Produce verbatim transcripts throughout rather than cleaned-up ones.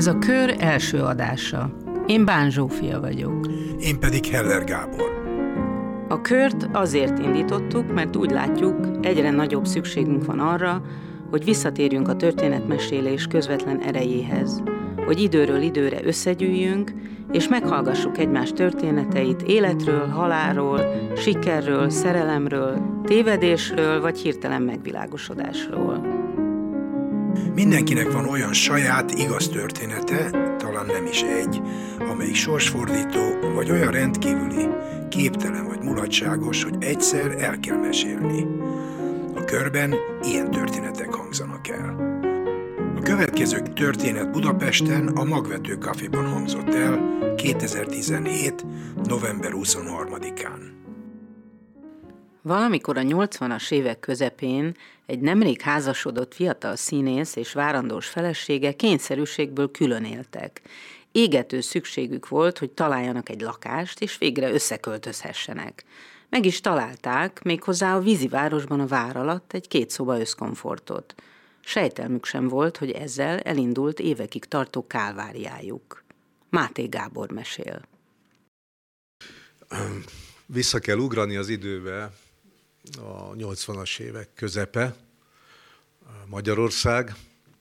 Ez a Kör első adása. Én Bán Zsófia vagyok. Én pedig Heller Gábor. A Kört azért indítottuk, mert úgy látjuk, egyre nagyobb szükségünk van arra, hogy visszatérjünk a történetmesélés közvetlen erejéhez, hogy időről időre összegyűjjünk, és meghallgassuk egymás történeteit életről, halálról, sikerről, szerelemről, tévedésről vagy hirtelen megvilágosodásról. Mindenkinek van olyan saját, igaz története, talán nem is egy, amelyik sorsfordító, vagy olyan rendkívüli, képtelen vagy mulatságos, hogy egyszer el kell mesélni. A Körben ilyen történetek hangzanak el. A következő történet Budapesten a Magvető Caféban hangzott el kétezer-tizenhét. november huszonharmadikán. Valamikor a nyolcvanas évek közepén egy nemrég házasodott fiatal színész és várandós felesége kényszerűségből külön éltek. Égető szükségük volt, hogy találjanak egy lakást, és végre összeköltözhessenek. Meg is találták, méghozzá a vízivárosban a vár alatt egy két szoba összkomfortot. Sejtelmük sem volt, hogy ezzel elindult évekig tartó kálváriájuk. Máté Gábor mesél. Vissza kell ugrani az időbe, a nyolcvanas évek közepe, Magyarország.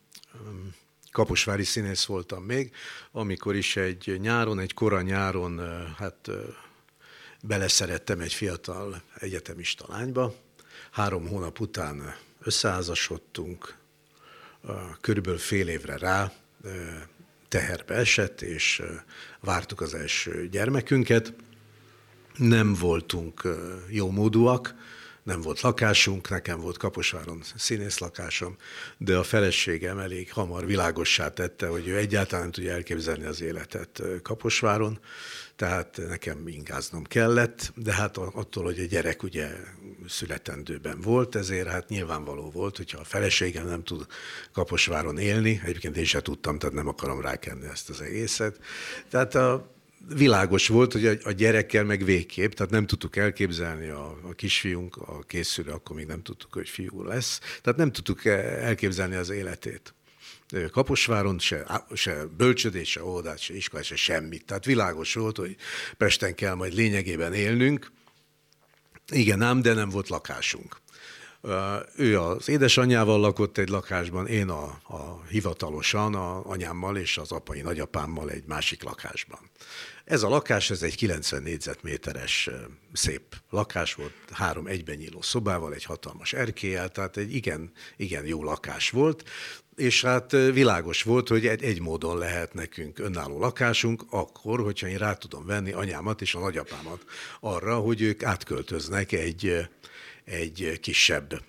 Kaposvári színész voltam még, amikor is egy nyáron, egy kora nyáron hát beleszerettem egy fiatal egyetemista lányba. Három hónap után összeházasodtunk, körülbelül fél évre rá teherbe esett, és vártuk az első gyermekünket. Nem voltunk jómódúak, nem volt lakásunk, nekem volt Kaposváron színész lakásom, de a feleségem elég hamar világossá tette, hogy ő egyáltalán nem tudja elképzelni az életet Kaposváron, tehát nekem ingáznom kellett, de hát attól, hogy a gyerek ugye születendőben volt, ezért hát nyilvánvaló volt, hogyha a feleségem nem tud Kaposváron élni, egyébként én sem tudtam, tehát nem akarom rákenni ezt az egészet, tehát a világos volt, hogy a gyerekkel meg végképp, tehát nem tudtuk elképzelni, a, a kisfiunk, a készülő, akkor még nem tudtuk, hogy fiú lesz, tehát nem tudtuk elképzelni az életét. Kaposváron se, se bölcsödés, se óvodát, se iskolát, se semmit. Tehát világos volt, hogy Pesten kell majd lényegében élnünk. Igen ám, de nem volt lakásunk. Ő az édesanyjával lakott egy lakásban, én a, a hivatalosan a anyámmal és az apai nagyapámmal egy másik lakásban. Ez a lakás, ez egy kilencven négyzetméteres szép lakás volt, három egyben nyíló szobával, egy hatalmas erkéllyel, tehát egy igen, igen jó lakás volt, és hát világos volt, hogy egy, egy módon lehet nekünk önálló lakásunk, akkor, hogyha én rá tudom venni anyámat és a nagyapámat arra, hogy ők átköltöznek egy, egy kisebb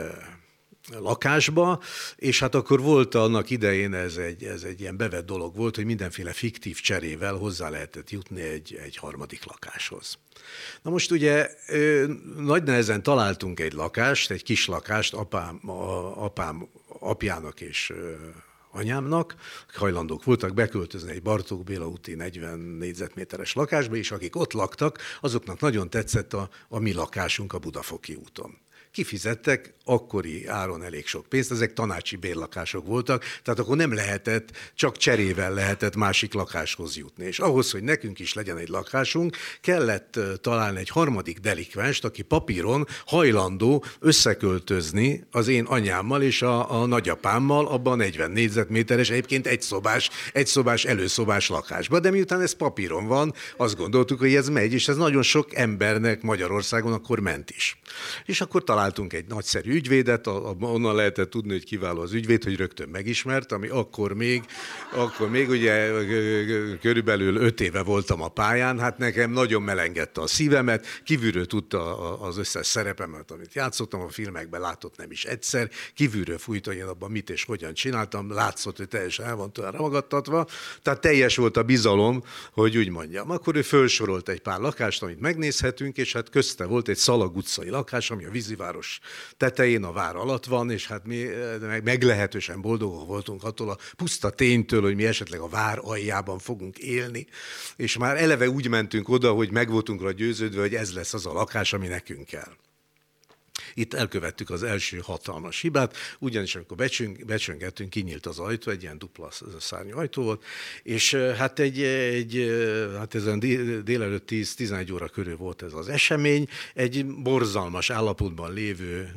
lakásba, és hát akkor volt annak idején, ez egy, ez egy ilyen bevett dolog volt, hogy mindenféle fiktív cserével hozzá lehetett jutni egy, egy harmadik lakáshoz. Na most ugye nagy nehezen találtunk egy lakást, egy kis lakást apám, a, apám apjának és anyámnak, hajlandók voltak beköltözni egy Bartók Béla úti negyven négyzetméteres lakásba, és akik ott laktak, azoknak nagyon tetszett a, a mi lakásunk a Budafoki úton. Kifizettek akkori áron elég sok pénzt, ezek tanácsi bérlakások voltak, tehát akkor nem lehetett, csak cserével lehetett másik lakáshoz jutni. És ahhoz, hogy nekünk is legyen egy lakásunk, kellett találni egy harmadik delikvenst, aki papíron hajlandó összeköltözni az én anyámmal és a, a nagyapámmal abban a negyven négyzetméteres, egyébként egyszobás, egyszobás előszobás lakásba. De miután ez papíron van, azt gondoltuk, hogy ez megy, és ez nagyon sok embernek Magyarországon akkor ment is. És akkor találtunk egy nagyszerű ügyvédet, onnan lehetett tudni, hogy kiváló az ügyvéd, hogy rögtön megismert, ami akkor még, akkor még ugye körülbelül öt éve voltam a pályán, hát nekem nagyon melengedte a szívemet, kívülről tudta az összes szerepemet, amit játszottam, a filmekben látott nem is egyszer, kívülről fújta, hogy én abban mit és hogyan csináltam, látszott, hogy teljesen el van tőle ragadtatva, tehát teljes volt a bizalom, hogy úgy mondjam. Akkor ő fölsorolt egy pár lakást, amit megnézhetünk, és hát közte volt egy Szalag utcai lakás, ami a víziváros tetején, a vár alatt van, és hát mi meglehetősen boldogok voltunk attól a puszta ténytől, hogy mi esetleg a vár aljában fogunk élni, és már eleve úgy mentünk oda, hogy meg voltunk rá győződve, hogy ez lesz az a lakás, ami nekünk kell. Itt elkövettük az első hatalmas hibát, ugyanis amikor becsöng, becsöngettünk, kinyílt az ajtó, egy ilyen dupla szárnyú ajtó volt, és hát egy, egy hát ezen délelőtt tíz-tizenegy óra körül volt ez az esemény, egy borzalmas állapotban lévő,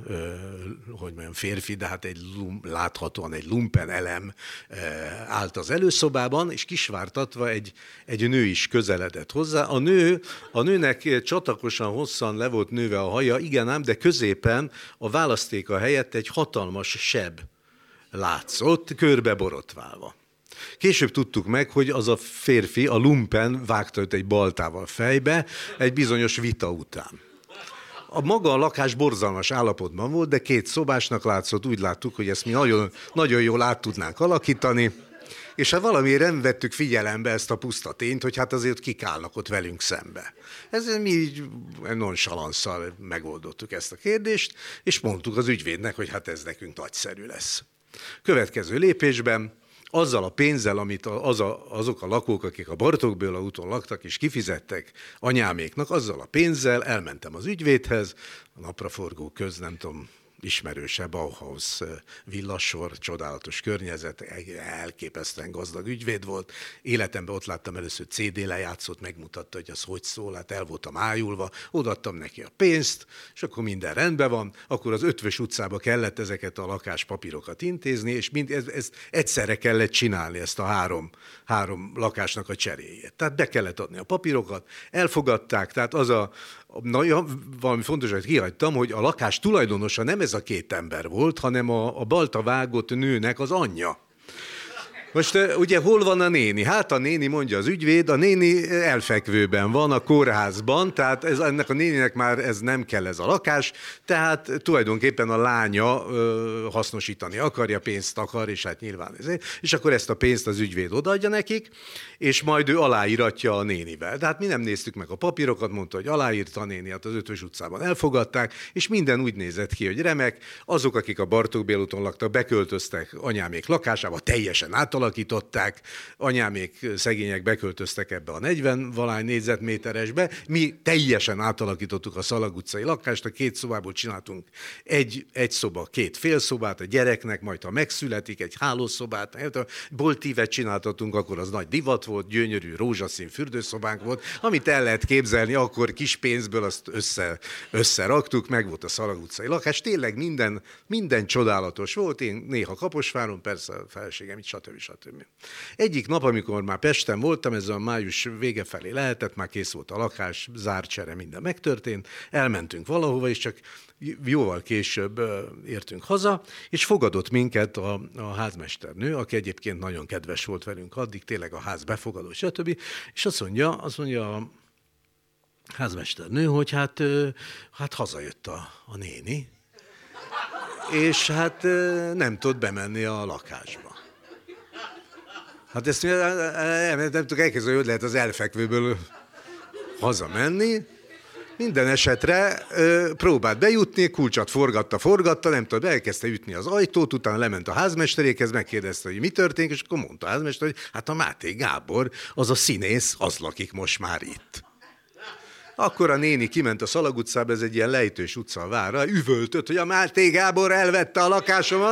hogy mondjam, férfi, de hát egy lum, láthatóan egy lumpen elem állt az előszobában, és kisvártatva egy, egy nő is közeledett hozzá. A nő, a nőnek csatakosan hosszan le volt nőve a haja, igen ám, de középen a választéka helyett egy hatalmas seb látszott, körbe borotválva. Később tudtuk meg, hogy az a férfi a lumpen vágta őt egy baltával fejbe egy bizonyos vita után. A maga a lakás borzalmas állapotban volt, de két szobásnak látszott, úgy láttuk, hogy ezt mi nagyon, nagyon jól át tudnánk alakítani, és hát valamiért nem vettük figyelembe ezt a puszta tényt, hogy hát azért kik állnak ott velünk szembe. Ezzel mi így nonchalanszal megoldottuk ezt a kérdést, és mondtuk az ügyvédnek, hogy hát ez nekünk nagyszerű lesz. Következő lépésben azzal a pénzzel, amit az a, azok a lakók, akik a Bartók-Béla úton laktak és kifizettek anyáméknak, azzal a pénzzel elmentem az ügyvédhez, a napraforgó köz, nem tudom, ismerőse, Bauhaus villassor, csodálatos környezet, elképesztően gazdag ügyvéd volt. Életemben ott láttam először cé dé lejátszót, megmutatta, hogy az hogy szól, hát el voltam ájulva, odaadtam neki a pénzt, és akkor minden rendben van, akkor az Ötvös utcába kellett ezeket a lakáspapírokat intézni, és mind, ez, ez egyszerre kellett csinálni ezt a három, három lakásnak a cseréjét. Tehát be kellett adni a papírokat, elfogadták, tehát az a Na, ja, valami fontosat kihagytam, hogy a lakás tulajdonosa nem ez a két ember volt, hanem a, a balta vágott nőnek az anyja. Most ugye hol van a néni? Hát a néni, mondja az ügyvéd, a néni elfekvőben van a kórházban, tehát ez, ennek a néninek már ez nem kell ez a lakás, tehát tulajdonképpen a lánya ö, hasznosítani akarja, pénzt akar, és hát nyilván ez. És akkor ezt a pénzt az ügyvéd odaadja nekik, és majd ő aláíratja a nénivel. De hát mi nem néztük meg a papírokat, mondta, hogy aláírta a néni, hát az Ötvös utcában elfogadták, és minden úgy nézett ki, hogy remek. Azok, akik a Bartók-Béla úton laktak, beköltöztek anyámék lakásába, teljesen át alakították, anyámék szegények beköltöztek ebbe a negyven-valány négyzetméteresbe, mi teljesen átalakítottuk a Szalag utcai lakást, a két szobából csináltunk egy, egy szoba, két félszobát a gyereknek, majd ha megszületik, egy hálószobát, boltívet csináltattunk, akkor az nagy divat volt, gyönyörű rózsaszín fürdőszobánk volt, amit el lehet képzelni, akkor kis pénzből azt össze, összeraktuk, meg volt a Szalag utcai lakás, tényleg minden, minden csodálatos volt, én néha Kaposváron, persze a feleségem itt, stb. stb. Egyik nap, amikor már Pesten voltam, ez a május vége felé lehetett, már kész volt a lakás, zárcsere, minden megtörtént, elmentünk valahova, és csak jóval később értünk haza, és fogadott minket a, a házmesternő, aki egyébként nagyon kedves volt velünk addig, tényleg a ház befogadó, stb. És azt mondja, azt mondja a házmesternő, hogy hát, hát hazajött a, a néni, és hát nem tud bemenni a lakásba. Hát ezt nem tudok elkezdeni, hogy lehet az elfekvőből hazamenni. Minden esetre ö, próbált bejutni, kulcsot forgatta, forgatta, nem tudta, elkezdte ütni az ajtót, utána lement a házmesterékhez, megkérdezte, hogy mi történik, és akkor mondta a házmester, hogy hát a Máté Gábor, az a színész, az lakik most már itt. Akkor a néni kiment a Szalag utcába, ez egy ilyen lejtős utca a várra, üvöltött, hogy a Máté Gábor elvette a lakásomat.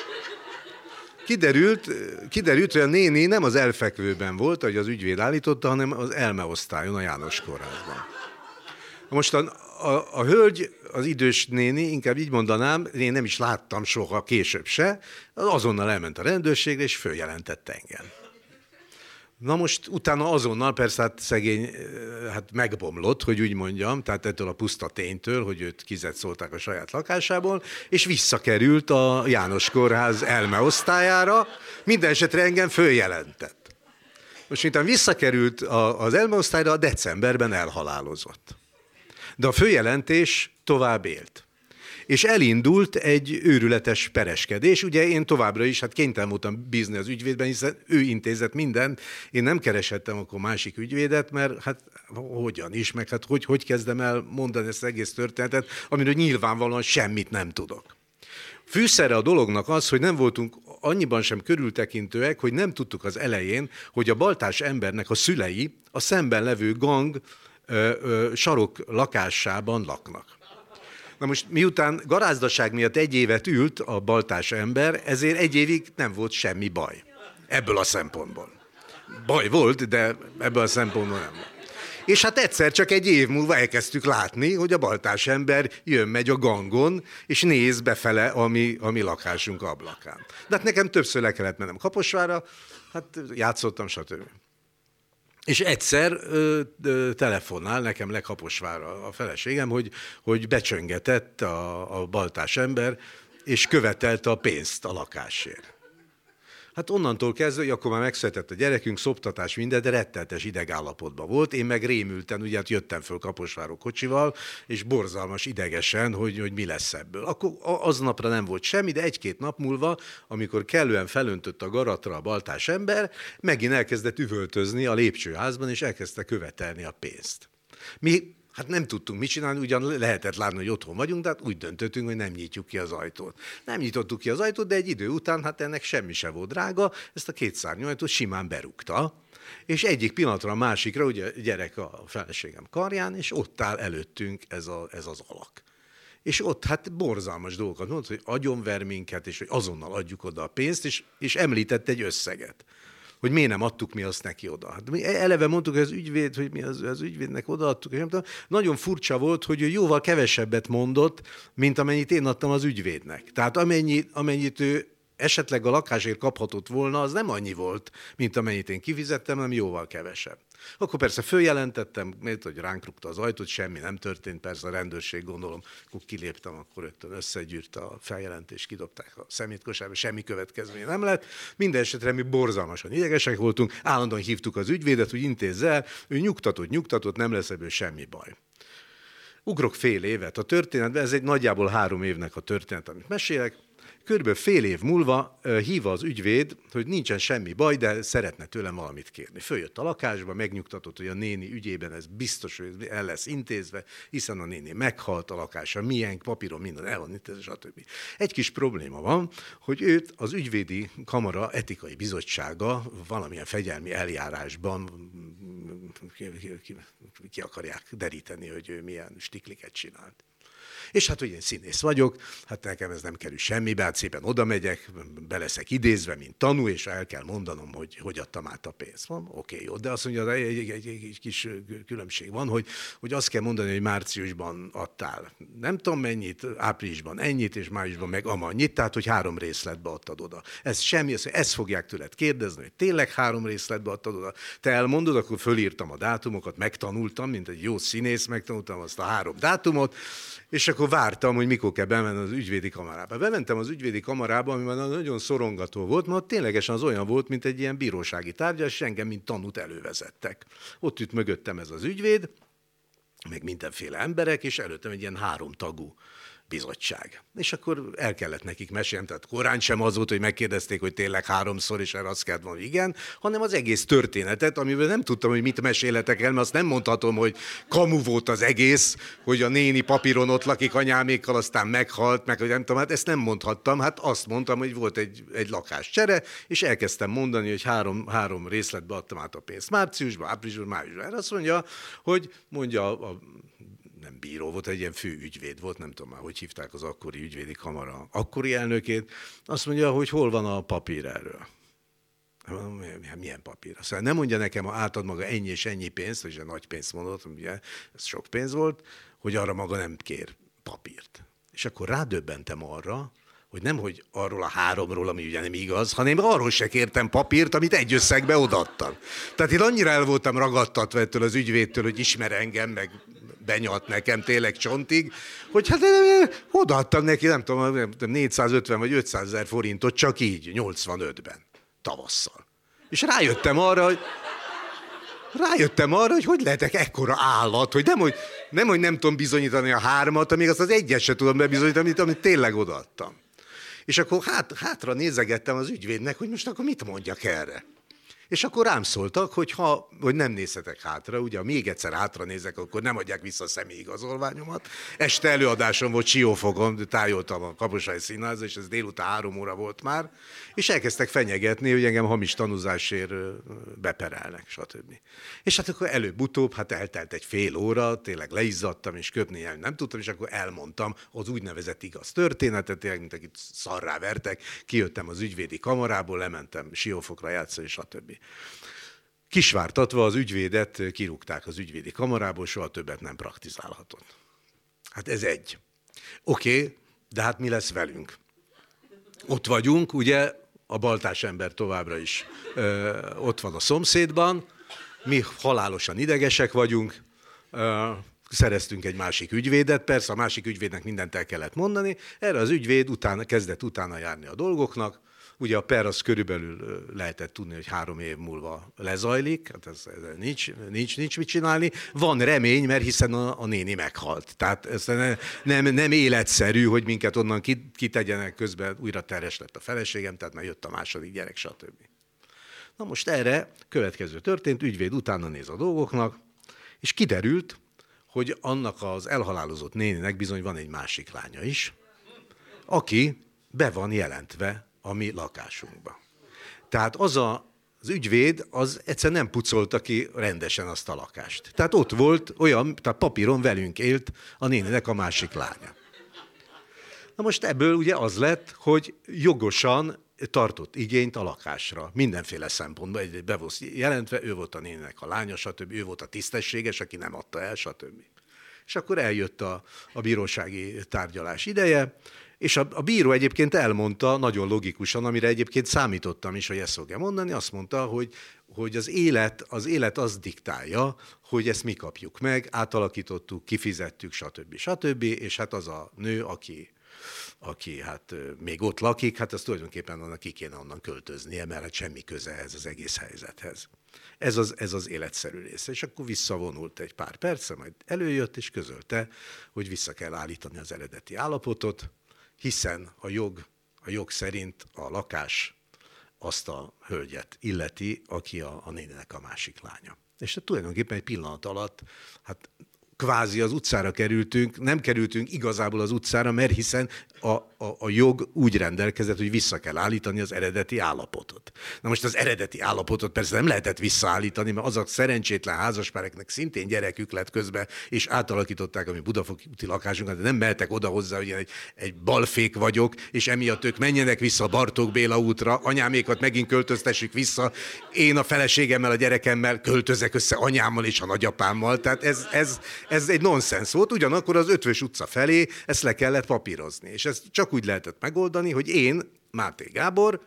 Kiderült, kiderült, hogy a néni nem az elfekvőben volt, ahogy az ügyvéd állította, hanem az elmeosztályon a János kórházban. Most a, a, a hölgy, az idős néni, inkább így mondanám, én nem is láttam soha, később se, azonnal elment a rendőrségre, és följelentett engem. Na most utána azonnal persze hát szegény hát megbomlott, hogy úgy mondjam, tehát ettől a puszta ténytől, hogy őt kizetszolták a saját lakásából, és visszakerült a János kórház elmeosztályára, minden esetre engem följelentett. Most miután visszakerült az elmeosztályra, decemberben elhalálozott. De a följelentés tovább élt. És elindult egy őrületes pereskedés. Ugye én továbbra is hát kénytelen voltam bízni az ügyvédben, hiszen ő intézett mindent. Én nem kereshettem akkor másik ügyvédet, mert hát hogyan is, meg hát hogy, hogy kezdem el mondani ezt az egész történetet, amiről nyilvánvalóan semmit nem tudok. Fűszere a dolognak az, hogy nem voltunk annyiban sem körültekintőek, hogy nem tudtuk az elején, hogy a baltás embernek a szülei a szemben levő gang ö, ö, sarok lakásában laknak. Na most miután garázdaság miatt egy évet ült a baltás ember, ezért egy évig nem volt semmi baj. Ebből a szempontból. Baj volt, de ebből a szempontból nem volt. És hát egyszer csak egy év múlva elkezdtük látni, hogy a baltás ember jön-megy a gangon, és néz befele a mi, a mi lakásunk ablakán. De hát nekem többször le kellett mennem Kaposvárra, hát játszottam, stb. És egyszer ö, ö, telefonál nekem le Kaposvárra a feleségem, hogy, hogy becsöngetett a, a baltás ember, és követelte a pénzt a lakásért. Hát onnantól kezdve, hogy akkor már megszületett a gyerekünk, szoptatás, minden, de rettenetes idegállapotban volt. Én meg rémülten, ugye hát jöttem föl Kaposvárról kocsival, és borzalmas idegesen, hogy, hogy mi lesz ebből. Akkor aznapra nem volt semmi, de egy-két nap múlva, amikor kellően felöntött a garatra a baltás ember, megint elkezdett üvöltözni a lépcsőházban, és elkezdte követelni a pénzt. Mi hát nem tudtunk mit csinálni, ugyan lehetett látni, hogy otthon vagyunk, de hát úgy döntöttünk, hogy nem nyitjuk ki az ajtót. Nem nyitottuk ki az ajtót, de egy idő után, hát ennek semmi se volt drága, ezt a kétszárnyú ajtót simán berúgta, és egyik pillanatra a másikra, ugye gyerek a feleségem karján, és ott áll előttünk ez, a, ez az alak. És ott hát borzalmas dolgokat mondott, hogy agyonver minket, és hogy azonnal adjuk oda a pénzt, és, és említett egy összeget. Hogy miért nem adtuk mi azt neki oda. Hát mi eleve mondtuk, hogy az ügyvéd, hogy mi az, az ügyvédnek odaadtuk, és nem tudom. Nagyon furcsa volt, hogy ő jóval kevesebbet mondott, mint amennyit én adtam az ügyvédnek. Tehát amennyi, amennyit ő esetleg a lakásért kaphatott volna, az nem annyi volt, mint amennyit én kifizettem, hanem jóval kevesebb. Akkor persze följelentettem, mert hogy ránk rúgta az ajtót, semmi nem történt, persze a rendőrség, gondolom, akkor kiléptem, akkor rögtön összegyűrt a feljelentés, kidobták a szemétkosárba, semmi következménye nem lett. Minden esetre mi borzalmasan idegesek voltunk, állandóan hívtuk az ügyvédet, hogy intézze el, ő nyugtatott, nyugtatott, nem lesz ebből semmi baj. Ugrok fél évet a történetben, ez egy nagyjából három évnek a történet, amit mesélek. Körülbelül fél év múlva hívva az ügyvéd, hogy nincsen semmi baj, de szeretne tőlem valamit kérni. Följött a lakásba, megnyugtatott, hogy a néni ügyében ez biztos, hogy el lesz intézve, hiszen a néni meghalt, a lakása milyen, papíron minden el van intézve, stb. Egy kis probléma van, hogy őt az ügyvédi kamara etikai bizottsága valamilyen fegyelmi eljárásban ki, ki, ki akarják deríteni, hogy ő milyen stikliket csinált. És hát, hogy én színész vagyok, hát nekem ez nem kerül semmibe, hát szépen oda megyek, be leszek idézve, mint tanú, és el kell mondanom, hogy hogy adtam át a pénzt. Oké, okay, jó, de azt mondja, egy, egy, egy, egy kis különbség van, hogy, hogy azt kell mondani, hogy márciusban adtál nem tudom mennyit, áprilisban ennyit, és májusban meg amannyit, tehát, hogy három részletbe adtad oda. Ez semmi, ezt fogják tőled kérdezni, hogy tényleg három részletbe adtad oda. Te elmondod, akkor fölírtam a dátumokat, megtanultam, mint egy jó színész, megtanultam azt a három dátumot, és akkor vártam, hogy mikor kell bemenni az ügyvédi kamarába. Bementem az ügyvédi kamarába, ami már nagyon szorongató volt, mert ténylegesen az olyan volt, mint egy ilyen bírósági tárgyalás, és engem mint tanút elővezettek. Ott ült mögöttem ez az ügyvéd, meg mindenféle emberek, és előttem egy ilyen háromtagú bizottság. És akkor el kellett nekik mesélni, tehát korán sem az volt, hogy megkérdezték, hogy tényleg háromszor, és erre azt kellett volna, hogy igen, hanem az egész történetet, amiben nem tudtam, hogy mit mesélhetek el, mert azt nem mondhatom, hogy kamu volt az egész, hogy a néni papíron ott lakik anyámékkal, aztán meghalt, meg hogy nem tudom, hát ezt nem mondhattam, hát azt mondtam, hogy volt egy, egy lakáscsere, és elkezdtem mondani, hogy három, három részletbe adtam át a pénzt. Márciusban, áprilisban, májusban. Erre azt mondja, hogy mondja a nem bíró volt, egy ilyen fő ügyvéd volt, nem tudom már, hogy hívták az akkori ügyvédi kamara akkori elnökét, azt mondja, hogy hol van a papír erről. Milyen papír? Szóval nem mondja nekem, ha átad maga ennyi és ennyi pénzt, hogy nagy pénzt mondott, ugye, ez sok pénz volt, hogy arra maga nem kér papírt. És akkor rádöbbentem arra, hogy nem, hogy arról a háromról, ami ugye nem igaz, hanem arról se kértem papírt, amit egy összegbe odaadtam. Tehát én annyira el voltam ragadtatva ettől az ügyvédtől, hogy ismer engem, meg benyalt nekem tényleg csontig, hogy hát odaadtam neki, nem tudom, négyszázötven vagy ötszázezer forintot csak így, nyolcvanötben, tavasszal. És rájöttem arra, hogy Rájöttem arra, hogy hogy lehetek ekkora állat, hogy nem, hogy nem, hogy nem tudom bizonyítani a hármat, amíg azt az egyet se tudom bebizonyítani, amit tényleg odaadtam. És akkor hát, hátra nézegettem az ügyvédnek, hogy most akkor mit mondjak erre. És akkor rám szóltak, hogy, ha, hogy nem nézhetek hátra, ugye, ha még egyszer hátra nézek, akkor nem adják vissza a személyigazolványomat. Este előadásom volt Siófokon, tájoltam a Kaposvári Színházba, és ez délután három óra volt már, és elkezdtek fenyegetni, hogy engem hamis tanúzásért beperelnek, stb. És hát akkor előbb-utóbb, hát eltelt egy fél óra, tényleg leizzadtam, és köpni nem tudtam, és akkor elmondtam az úgynevezett igaz történetet, tényleg, mint akit szarrá vertek, kijöttem az ügyvédi kamarából, lementem Siófokra játszani, stb. Kisvártatva az ügyvédet kirúgták az ügyvédi kamarából, soha többet nem praktizálhatott. Hát ez egy. Oké, okay, de hát mi lesz velünk? Ott vagyunk, ugye, a baltás ember továbbra is ö, ott van a szomszédban, mi halálosan idegesek vagyunk, ö, szereztünk egy másik ügyvédet, persze a másik ügyvédnek mindent el kellett mondani, erre az ügyvéd utána, kezdett utána járni a dolgoknak. Ugye a per az körülbelül lehetett tudni, hogy három év múlva lezajlik, hát ez, ez nincs, nincs, nincs mit csinálni. Van remény, mert hiszen a, a néni meghalt. Tehát ez nem, nem, nem életszerű, hogy minket onnan kitegyenek, közben újra terhes lett a feleségem, tehát már jött a második gyerek, stb. Na most erre következő történt, ügyvéd utána néz a dolgoknak, és kiderült, hogy annak az elhalálozott néninek bizony van egy másik lánya is, aki be van jelentve a mi lakásunkba. Tehát az a, az ügyvéd, az egyszer nem pucolta ki rendesen azt a lakást. Tehát ott volt olyan, tehát papíron velünk élt a néninek a másik lánya. Na most ebből ugye az lett, hogy jogosan tartott igényt a lakásra. Mindenféle szempontból egy be volt jelentve, ő volt a néninek a lánya, stb. Ő volt a tisztességes, aki nem adta el, stb. És akkor eljött a, a bírósági tárgyalás ideje, és a, a bíró egyébként elmondta nagyon logikusan, amire egyébként számítottam is, hogy ezt fogja mondani, azt mondta, hogy, hogy az élet, az élet azt diktálja, hogy ezt mi kapjuk meg, átalakítottuk, kifizettük, stb. stb. És hát az a nő, aki, aki hát még ott lakik, hát az tulajdonképpen annak ki kéne onnan költöznie, mert hát semmi köze ez az egész helyzethez. Ez az, ez az életszerű része. És akkor visszavonult egy pár percre, majd előjött és közölte, hogy vissza kell állítani az eredeti állapotot, hiszen a jog, a jog szerint a lakás azt a hölgyet illeti, aki a, a néninek a másik lánya. És hát tulajdonképpen egy pillanat alatt, hát kvázi az utcára kerültünk, nem kerültünk igazából az utcára, mert hiszen a, a, a jog úgy rendelkezett, hogy vissza kell állítani az eredeti állapotot. Na most az eredeti állapotot persze nem lehetett visszaállítani, mert azok szerencsétlen házaspáreknek szintén gyerekük lett közben, és átalakították a mi budafoki lakásunkat, de nem mehetek oda hozzá, hogy egy, egy balfék vagyok, és emiatt ők menjenek vissza a Bartók Béla útra, anyámékat megint költöztessük vissza, én a feleségemmel, a gyerekemmel költözek össze anyámmal és a nagyapámmal, tehát ez, ez, ez egy nonsens volt, ugyanakkor az Ötvös utca felé ezt le kellett papírozni, és ezt csak úgy lehetett megoldani, hogy én, Máté Gábor,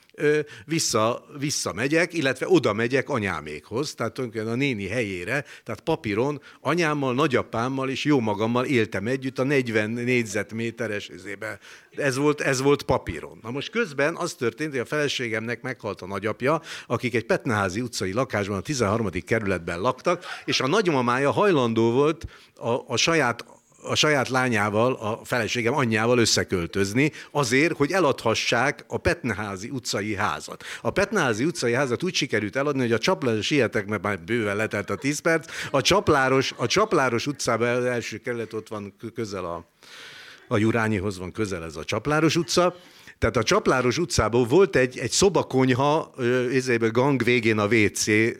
vissza, visszamegyek, illetve oda megyek anyámékhoz, tehát a néni helyére, tehát papíron anyámmal, nagyapámmal és jó magammal éltem együtt a negyven négyzetméteres izébe. Ez volt, ez volt papíron. Na most közben az történt, hogy a feleségemnek meghalt a nagyapja, akik egy Petneházi utcai lakásban a tizenharmadik kerületben laktak, és a nagymamája hajlandó volt a, a saját a saját lányával, a feleségem anyjával összeköltözni, azért, hogy eladhassák a Petneházi utcai házat. A Petneházi utcai házat úgy sikerült eladni, hogy a Csapláros, sietek, mert már bőven letelt a tíz perc, a Csapláros, a Csapláros utcában, az első kerület, ott van közel a, a Jurányihoz van közel ez a Csapláros utca, tehát a Csapláros utcában volt egy, egy szobakonyha, ezért gang végén a vé cé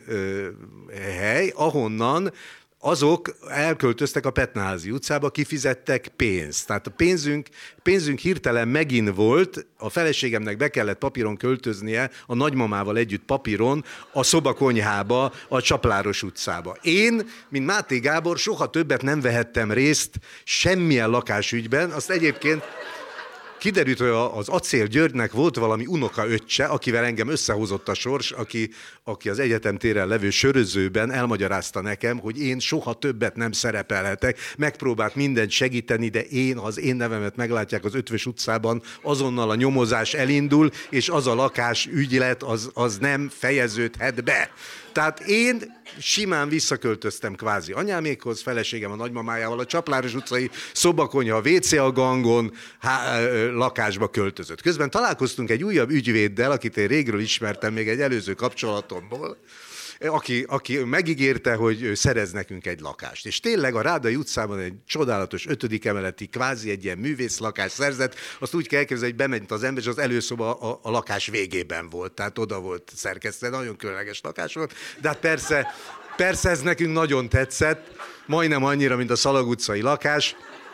hely, ahonnan azok elköltöztek a Petneházi utcába, kifizettek pénzt. Tehát a pénzünk, pénzünk hirtelen megint volt, a feleségemnek be kellett papíron költöznie, a nagymamával együtt papíron, a szobakonyhába, a Csapláros utcába. Én, mint Máté Gábor, soha többet nem vehettem részt semmilyen lakásügyben, azt egyébként kiderült, hogy az Acél Györgynek volt valami unokaöccse, akivel engem összehozott a sors, aki, aki az egyetemtéren levő sörözőben elmagyarázta nekem, hogy én soha többet nem szerepelhetek. Megpróbált mindent segíteni, de én, ha az én nevemet meglátják az Ötvös utcában, azonnal a nyomozás elindul, és az a lakás ügylet az, az nem fejeződhet be. Tehát én simán visszaköltöztem kvázi anyámékhoz, feleségem a nagymamájával a Csapláros utcai szobakonyha, a vé cé a gangon há, lakásba költözött. Közben találkoztunk egy újabb ügyvéddel, akit én régről ismertem még egy előző kapcsolatomból, Aki, aki megígérte, hogy szerez nekünk egy lakást. És tényleg a Rádai utcában egy csodálatos ötödik emeleti, kvázi egy ilyen művészlakás szerzett, azt úgy kell elképzelni, hogy bement az ember, és az előszoba a, a lakás végében volt, tehát oda volt szerkesztve, nagyon különleges lakás volt, de hát persze, persze ez nekünk nagyon tetszett, majdnem annyira, mint a Szalag utcai lakás.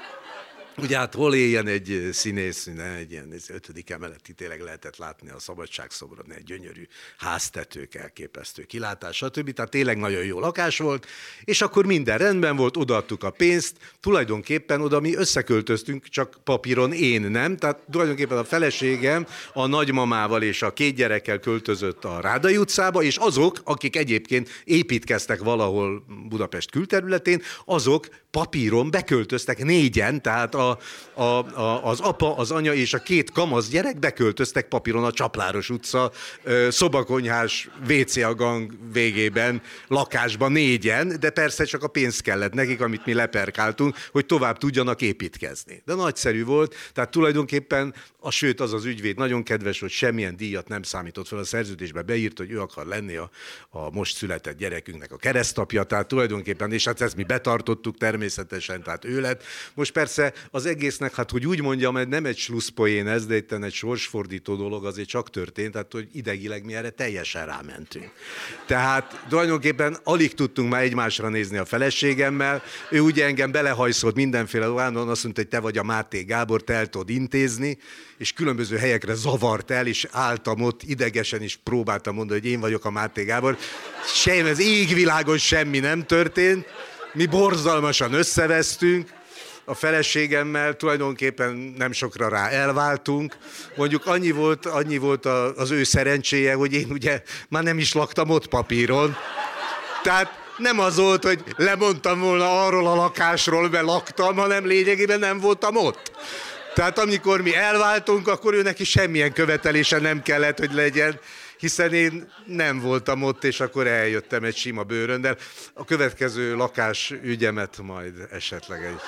Ugye hát hol éljen egy színész, ne, egy ilyen ötödik emeleti, tényleg lehetett látni a Szabadságszobron, egy gyönyörű háztetők, elképesztő kilátás, stb. Tehát tényleg nagyon jó lakás volt, és akkor minden rendben volt, odaadtuk a pénzt, tulajdonképpen oda mi összeköltöztünk, csak papíron én nem, tehát tulajdonképpen a feleségem a nagymamával és a két gyerekkel költözött a Rádai utcába, és azok, akik egyébként építkeztek valahol Budapest külterületén, azok papíron beköltöztek négyen, tehát a, a, a, az apa, az anya és a két kamasz gyerek beköltöztek papíron a Csapláros utca szobakonyhás vé cé a gang végében lakásba négyen, de persze csak a pénz kellett nekik, amit mi leperkáltunk, hogy tovább tudjanak építkezni. De nagyszerű volt, tehát tulajdonképpen, a, sőt az az ügyvéd nagyon kedves, hogy semmilyen díjat nem számított fel a szerződésbe, beírt, hogy ő akar lenni a, a most született gyerekünknek a keresztapja, tehát tulajdonképpen, és hát ezt mi betartottuk természetesen, tehát ő lett. Most persze az egésznek, hát hogy úgy mondjam, nem egy slusszpoén ez, de itt egy sorsfordító dolog azért csak történt, tehát hogy idegileg mi erre teljesen rámentünk. Tehát tulajdonképpen alig tudtunk már egymásra nézni a feleségemmel, ő ugye engem belehajszolt mindenféle dolgban, azt mondta, hogy te vagy a Máté Gábor, te el tudod intézni, és különböző helyekre zavart el, és álltam ott idegesen is próbáltam mondani, hogy én vagyok a Máté Gábor. Semmi, az égvilágon semmi nem történt, mi borzalmasan összevesztünk, a feleségemmel tulajdonképpen nem sokra rá elváltunk. Mondjuk annyi volt, annyi volt az ő szerencséje, hogy én ugye már nem is laktam ott papíron. Tehát nem az volt, hogy lemondtam volna arról a lakásról, mert laktam, hanem lényegében nem voltam ott. Tehát amikor mi elváltunk, akkor ő neki semmilyen követelése nem kellett, hogy legyen, hiszen én nem voltam ott, és akkor eljöttem egy sima bőröndel. A következő lakás ügyemet majd esetleg egy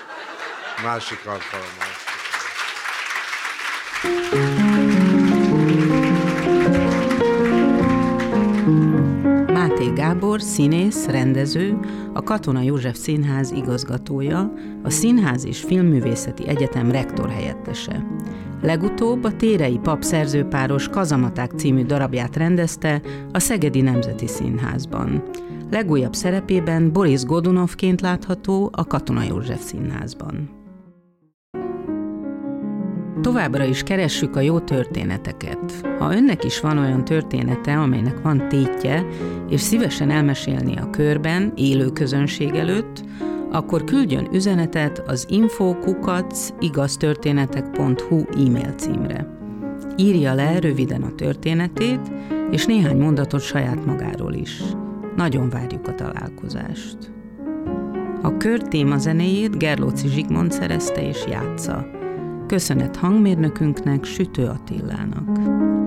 másik alkalommal. Máté Gábor, színész, rendező, a Katona József Színház igazgatója, a Színház és Filmművészeti Egyetem rektorhelyettese. Legutóbb a Térei Pap szerzőpáros Kazamaták című darabját rendezte a Szegedi Nemzeti Színházban. Legújabb szerepében Boris Godunovként látható a Katona József Színházban. Továbbra is keressük a jó történeteket. Ha önnek is van olyan története, amelynek van tétje, és szívesen elmesélni a körben, élő közönség előtt, akkor küldjön üzenetet az info kukac igaztörténetek pont hu e-mail címre. Írja le röviden a történetét, és néhány mondatot saját magáról is. Nagyon várjuk a találkozást. A kör témazenéjét Gerlóci Zsigmond szerezte és játsza. Köszönet hangmérnökünknek, Sütő Attilának.